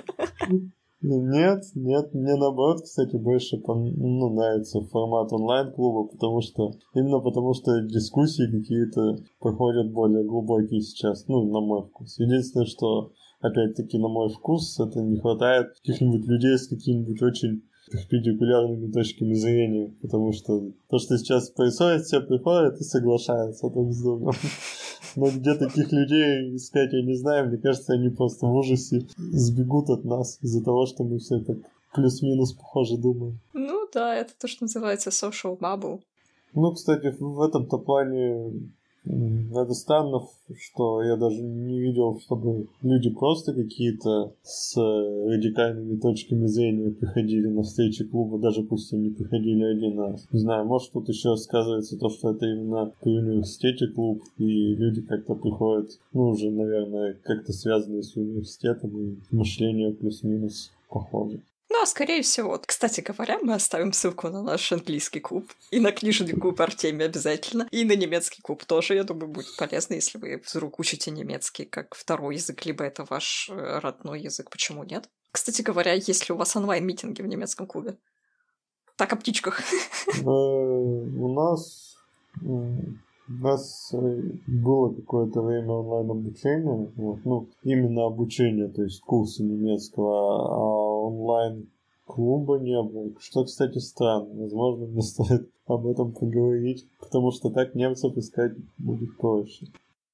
Нет, мне наоборот, кстати, больше нравится формат онлайн-клуба, потому что дискуссии какие-то проходят более глубокие сейчас, на мой вкус. Единственное, что, опять-таки, на мой вкус, это не хватает каких-нибудь людей с какими-нибудь очень перпендикулярными точками зрения, потому что то, что сейчас происходит, все приходят и соглашаются друг с другом. Но где таких людей искать я не знаю, мне кажется, они просто в ужасе сбегут от нас из-за того, что мы все так плюс-минус похоже думаем.
Ну да, это то, что называется social bubble.
Ну, кстати, в этом-то плане это странно, что я даже не видел, чтобы люди просто какие-то с радикальными точками зрения приходили на встречи клуба, даже пусть они приходили один раз. Не знаю, может тут еще сказывается то, что это именно при университете клуб, и люди как-то приходят, уже, наверное, как-то связанные с университетом, и мышление плюс-минус похоже.
Ну, а скорее всего, кстати говоря, мы оставим ссылку на наш английский клуб, и на книжный клуб Артемия обязательно, и на немецкий клуб тоже, я думаю, будет полезно, если вы вдруг учите немецкий как второй язык, либо это ваш родной язык, почему нет? Кстати говоря, есть ли у вас онлайн-митинги в немецком клубе? Так, о птичках.
У нас было какое-то время онлайн-обучение, именно обучение, то есть курсы немецкого, а онлайн-клуба не было. Что, кстати, странно. Возможно, мне стоит об этом поговорить, потому что так немцев искать будет проще.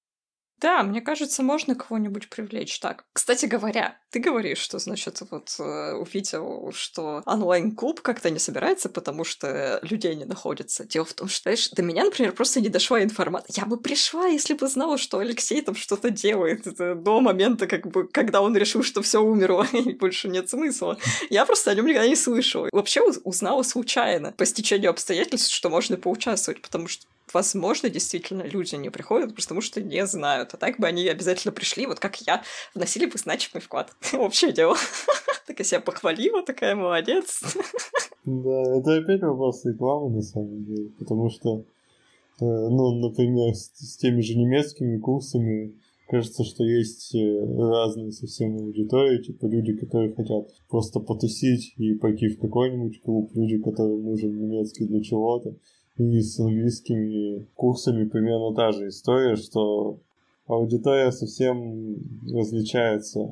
Да, мне кажется, можно кого-нибудь привлечь. Так, кстати говоря, ты говоришь, что, значит, увидел, что онлайн-клуб как-то не собирается, потому что людей не находится. Дело в том, что, знаешь, до меня, например, просто не дошла информация. Я бы пришла, если бы знала, что Алексей там что-то делает. Это до момента, когда он решил, что все умерло, и больше нет смысла. Я просто о нем никогда не слышала. Вообще узнала случайно, по стечению обстоятельств, что можно поучаствовать, потому что возможно, действительно, люди не приходят, потому что не знают. А так бы они обязательно пришли, вот как я, вносили бы значимый вклад. Общее дело. Так я себя похвалила, такая молодец.
Да, это опять вопрос рекламы, на самом деле. Потому что, например, с теми же немецкими курсами кажется, что есть разные совсем аудитории, типа люди, которые хотят просто потусить и пойти в какой-нибудь клуб, люди, которым нужен немецкий для чего-то. И с английскими курсами примерно та же история, что аудитория совсем различается.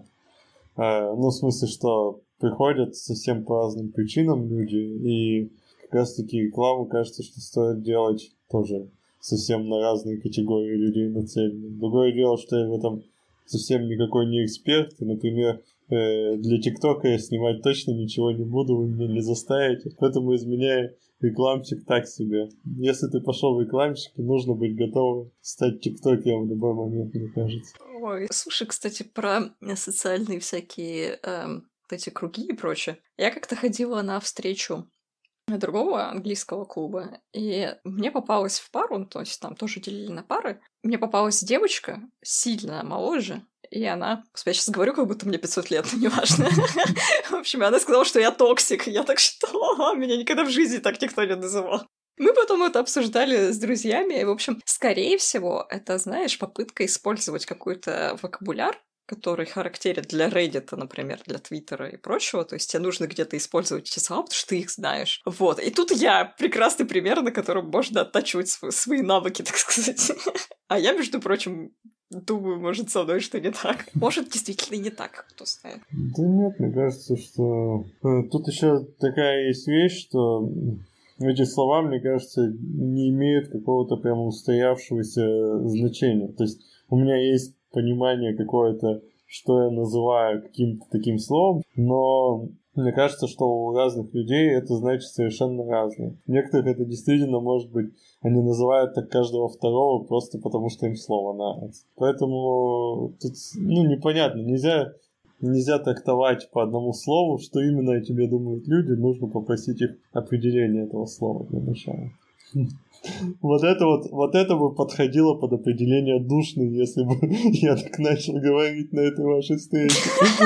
В смысле, что приходят совсем по разным причинам люди, и как раз-таки рекламу, кажется, что стоит делать тоже совсем на разные категории людей нацелены. Другое дело, что я в этом совсем никакой не эксперт, и, например, для ТикТока я снимать точно ничего не буду, вы меня не заставите, поэтому из меня рекламщик так себе. Если ты пошел в рекламщики, нужно быть готовым стать тиктокером в любой момент, мне кажется.
Ой, слушай, кстати, про социальные всякие эти круги и прочее. Я как-то ходила на встречу другого английского клуба, и мне попалась в пару, то есть там тоже делили на пары, мне попалась девочка, сильно моложе, и она... Я сейчас говорю, как будто мне 500 лет, но неважно. В общем, она сказала, что я токсик. Я так, что? Меня никогда в жизни так никто не называл. Мы потом это обсуждали с друзьями, и, в общем, скорее всего, это, знаешь, попытка использовать какой-то вокабуляр, который характерен для Reddit, например, для Твиттера и прочего. То есть тебе нужно где-то использовать эти слова, потому что ты их знаешь. Вот. И тут я прекрасный пример, на котором можно оттачивать свои навыки, так сказать. А я, между прочим, думаю, может, со мной что не так. Может, действительно не так, кто знает.
Да нет, мне кажется, что тут еще такая есть вещь, что эти слова, мне кажется, не имеют какого-то прямо устоявшегося значения. То есть у меня есть понимание какое-то, что я называю каким-то таким словом, но мне кажется, что у разных людей это значит совершенно разное. Некоторых это действительно может быть, они называют так каждого второго просто потому, что им слово нравится. Поэтому тут, непонятно, нельзя трактовать по одному слову, что именно о тебе думают люди, нужно попросить их определение этого слова для начала. Вот это бы подходило под определение душный, если бы я так начал говорить на этой вашей встрече.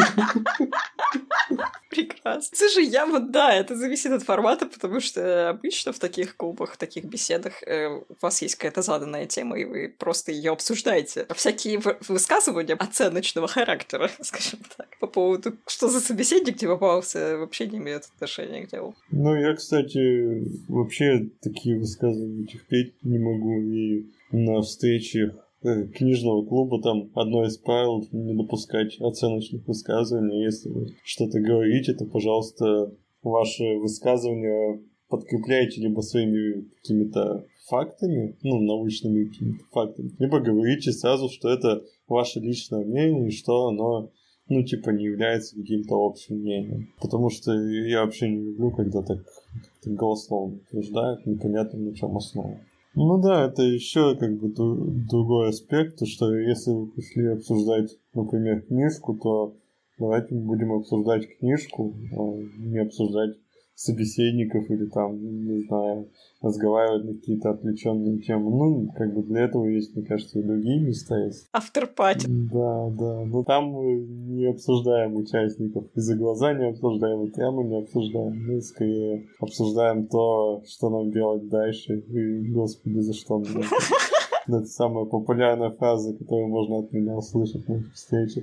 Прекрасно. Слушай, это зависит от формата, потому что обычно в таких клубах, в таких беседах у вас есть какая-то заданная тема, и вы просто ее обсуждаете. Всякие высказывания оценочного характера, скажем так, по поводу, что за собеседник тебе попался, вообще не имеют отношения к делу.
Я, кстати, вообще такие высказывания терпеть не могу, и на встречах книжного клуба там одно из правил — не допускать оценочных высказываний. Если вы что-то говорите, то, пожалуйста, ваши высказывания подкрепляйте либо своими какими-то фактами, научными какими-то фактами, либо говорите сразу, что это ваше личное мнение, и что оно, не является каким-то общим мнением. Потому что я вообще не люблю, когда так как-то голословно утверждают, непонятно на чем основа. Это еще другой аспект, что если вы пришли обсуждать, например, книжку, то давайте мы будем обсуждать книжку, а не обсуждать собеседников или не знаю, разговаривать на какие-то отвлеченные темы. Для этого есть, мне кажется, и другие места есть.
Автор-пати.
Да. Но там мы не обсуждаем участников, и за глаза не обсуждаем, и темы не обсуждаем. Мы скорее обсуждаем то, что нам делать дальше, и, господи, за что мне. Это самая популярная фраза, которую можно от меня услышать на этих встречах.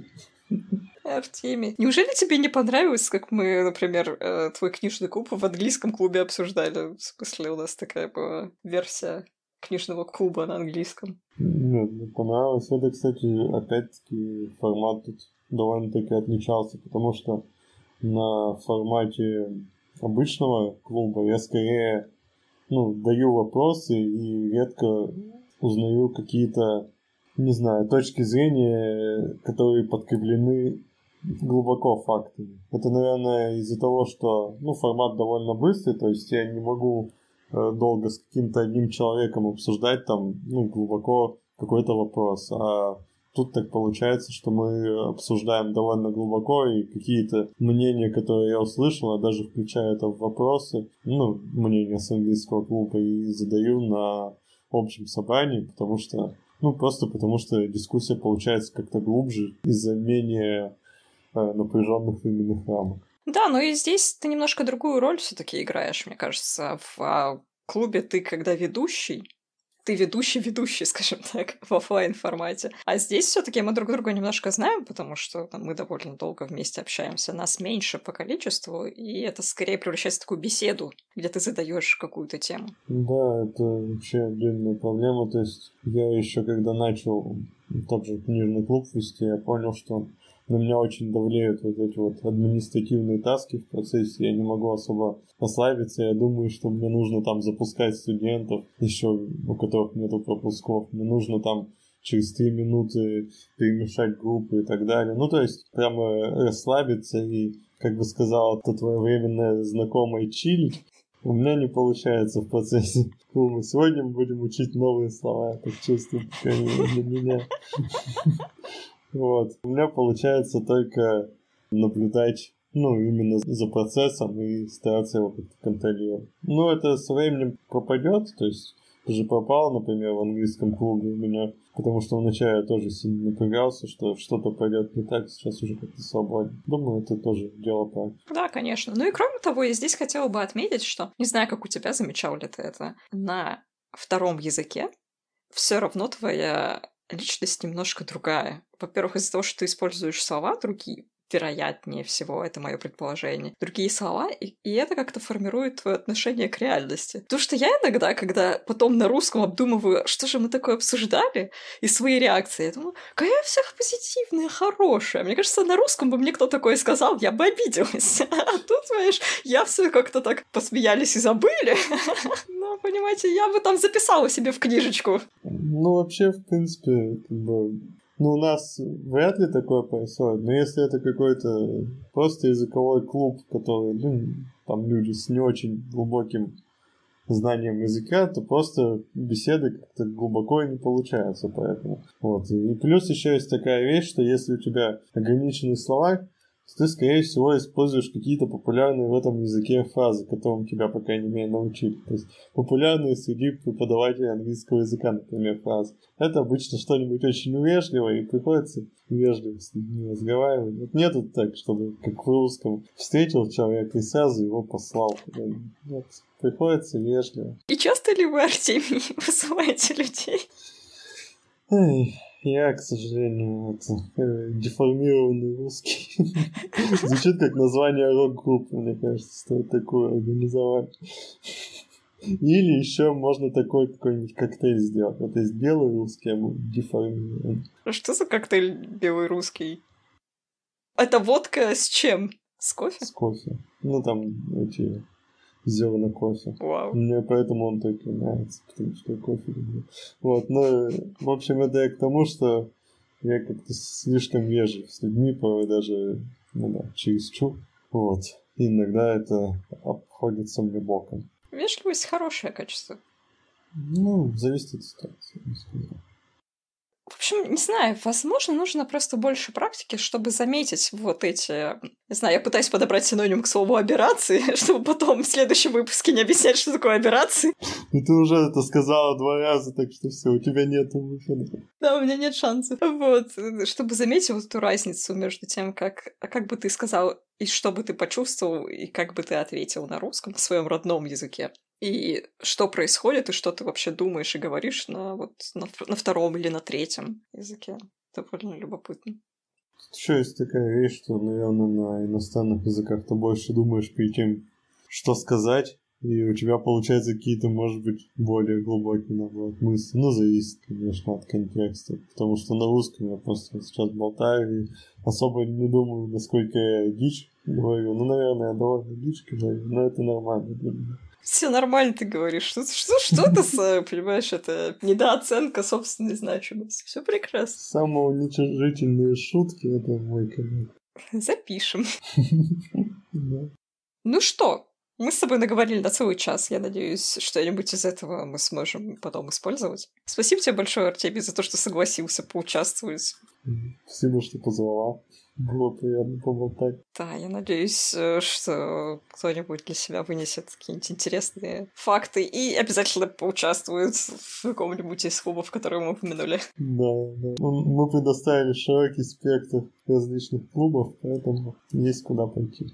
Артемий, неужели тебе не понравилось, как мы, например, твой книжный клуб в английском клубе обсуждали? В смысле, у нас такая была версия книжного клуба на английском.
Нет, мне понравилось. Это, кстати, опять-таки формат тут довольно-таки отличался, потому что на формате обычного клуба я скорее даю вопросы и редко узнаю какие-то, не знаю, точки зрения, которые подкреплены глубоко фактами. Это, наверное, из-за того, что формат довольно быстрый, то есть я не могу долго с каким-то одним человеком обсуждать глубоко какой-то вопрос. А тут так получается, что мы обсуждаем довольно глубоко, и какие-то мнения, которые я услышал, я даже включаю это в вопросы, мнения с английского клуба, и задаю на общем собрании, потому что потому что дискуссия получается как-то глубже из-за менее напряженных временных рамок.
Да, но и здесь ты немножко другую роль все-таки играешь, мне кажется. В клубе ты когда ведущий, ты ведущий, скажем так, в офлайн формате. А здесь все-таки мы друг друга немножко знаем, потому что мы довольно долго вместе общаемся. Нас меньше по количеству, и это скорее превращается в такую беседу, где ты задаешь какую-то тему.
Да, это вообще отдельная проблема. То есть я еще когда начал тот же книжный клуб вести, я понял, что на меня очень давлеют эти административные таски в процессе, я не могу особо расслабиться, я думаю, что мне нужно запускать студентов, еще у которых нету пропусков, мне нужно через 3 минуты перемешать группы и так далее. То есть прямо расслабиться и, как бы сказала твоя временная знакомая, чилить. У меня не получается в процессе клуба. Сегодня мы будем учить новые слова, я так чувствую, для меня. У меня получается только наблюдать, именно за процессом и стараться его как-то контролировать. Это со временем пропадет, то есть ты же пропал, например, в английском клубе у меня, потому что вначале я тоже сильно напрягался, что что-то пойдет не так, сейчас уже как-то свободен. Думаю, это тоже дело практики.
Да, конечно. И кроме того, я здесь хотела бы отметить, что, не знаю, как у тебя, замечал ли ты это, на втором языке все равно твоя личность немножко другая. Во-первых, из-за того, что ты используешь слова другие, вероятнее всего, это мое предположение, другие слова, и это как-то формирует твое отношение к реальности. Потому что я иногда, когда потом на русском обдумываю, что же мы такое обсуждали, и свои реакции, я думаю, какая я всех позитивная, хорошая. Мне кажется, на русском бы мне кто такое сказал, я бы обиделась. А тут, знаешь, я все как-то так посмеялись и забыли. Ну, понимаете, я бы там записала себе в книжечку.
Ну, вообще, в принципе, как бы... Ну, у нас вряд ли такое происходит, но если это какой-то просто языковой клуб, который, ну, там люди с не очень глубоким знанием языка, то просто беседы как-то глубоко не получаются, поэтому. Вот. И плюс еще есть такая вещь, что если у тебя ограниченный словарь, то ты, скорее всего, используешь какие-то популярные в этом языке фразы, которым тебя, по крайней мере, научили. То есть популярные среди преподавателей английского языка, например, фразы. Это обычно что-нибудь очень увежливое, и приходится вежливо с людьми разговаривать. Вот нету так, чтобы, как в русском, встретил человека и сразу его послал. Нет, приходится вежливо.
И часто ли вы, Артемий, высылаете людей?
Эй, я, к сожалению, деформированный русский. Звучит как название рок-группы, мне кажется, стоит такую организовать. Или еще можно такой какой-нибудь коктейль сделать. Вот есть белый русский, а будет деформированный.
А что за коктейль белый русский? Это водка с чем? С кофе?
С кофе. Ну, там эти... зерна кофе.
Вау.
Мне поэтому он только нравится, потому что я кофе люблю. Вот, но, в общем, это я к тому, что я как-то слишком вежлив с людьми, порой даже, ну да, чересчур. Вот. И иногда это обходится мне боком.
Вежливость — хорошее качество.
Ну, зависит от ситуации, я сказал.
В общем, не знаю, возможно, нужно просто больше практики, чтобы заметить вот эти... Не знаю, я пытаюсь подобрать синоним к слову «аберрации», чтобы потом в следующем выпуске не объяснять, что такое аберрации.
Ну, ты уже это сказала 2 раза, так что все, у тебя нет выхода.
Да, у меня нет шансов. Вот, чтобы заметить вот эту разницу между тем, как бы ты сказал, и что бы ты почувствовал, и как бы ты ответил на русском, на своем родном языке. И что происходит, и что ты вообще думаешь и говоришь на втором или на третьем языке. Довольно любопытно.
Еще есть такая вещь, что, наверное, на иностранных языках ты больше думаешь перед тем, что сказать, и у тебя получаются какие-то, может быть, более глубокие, наоборот, мысли. Ну, зависит, конечно, от контекста, потому что на русском я просто сейчас болтаю и особо не думаю, насколько я дичь говорю. Ну, наверное, я довольно дичь говорю, но это нормально для меня.
Все нормально ты говоришь. Что ты, понимаешь, это недооценка собственной значимости. Все прекрасно.
Самоуничижительные шутки — это мой канал.
Запишем. Ну что, мы с тобой наговорили на целый час. Я надеюсь, что-нибудь из этого мы сможем потом использовать. Спасибо тебе большое, Артемий, за то, что согласился поучаствовать.
Спасибо, что позвала. Было приятно поболтать.
Да, я надеюсь, что кто-нибудь для себя вынесет какие-нибудь интересные факты и обязательно поучаствует в каком-нибудь из клубов, которые мы упомянули.
Да. Мы предоставили широкий спектр различных клубов, поэтому есть куда пойти.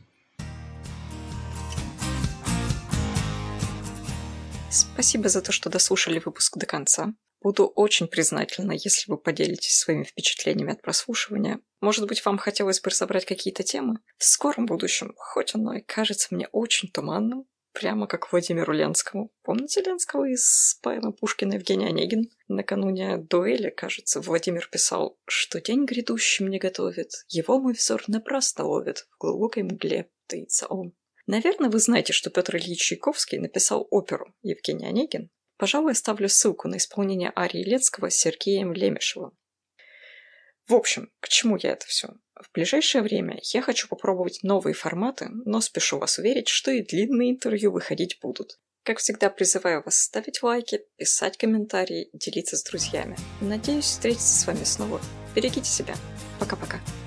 Спасибо за то, что дослушали выпуск до конца. Буду очень признательна, если вы поделитесь своими впечатлениями от прослушивания. Может быть, вам хотелось бы разобрать какие-то темы? В скором будущем, хоть оно и кажется мне очень туманным, прямо как Владимиру Ленскому. Помните Ленского из поэмы Пушкина «Евгений Онегин»? Накануне дуэли, кажется, Владимир писал, что день грядущий мне готовит, его мой взор напрасно ловит, в глубокой мгле таится он. Наверное, вы знаете, что Петр Ильич Чайковский написал оперу «Евгений Онегин». Пожалуй, оставлю ссылку на исполнение арии Ленского с Сергеем Лемешевым. В общем, к чему я это все? В ближайшее время я хочу попробовать новые форматы, но спешу вас уверить, что и длинные интервью выходить будут. Как всегда, призываю вас ставить лайки, писать комментарии, делиться с друзьями. Надеюсь встретиться с вами снова. Берегите себя. Пока-пока.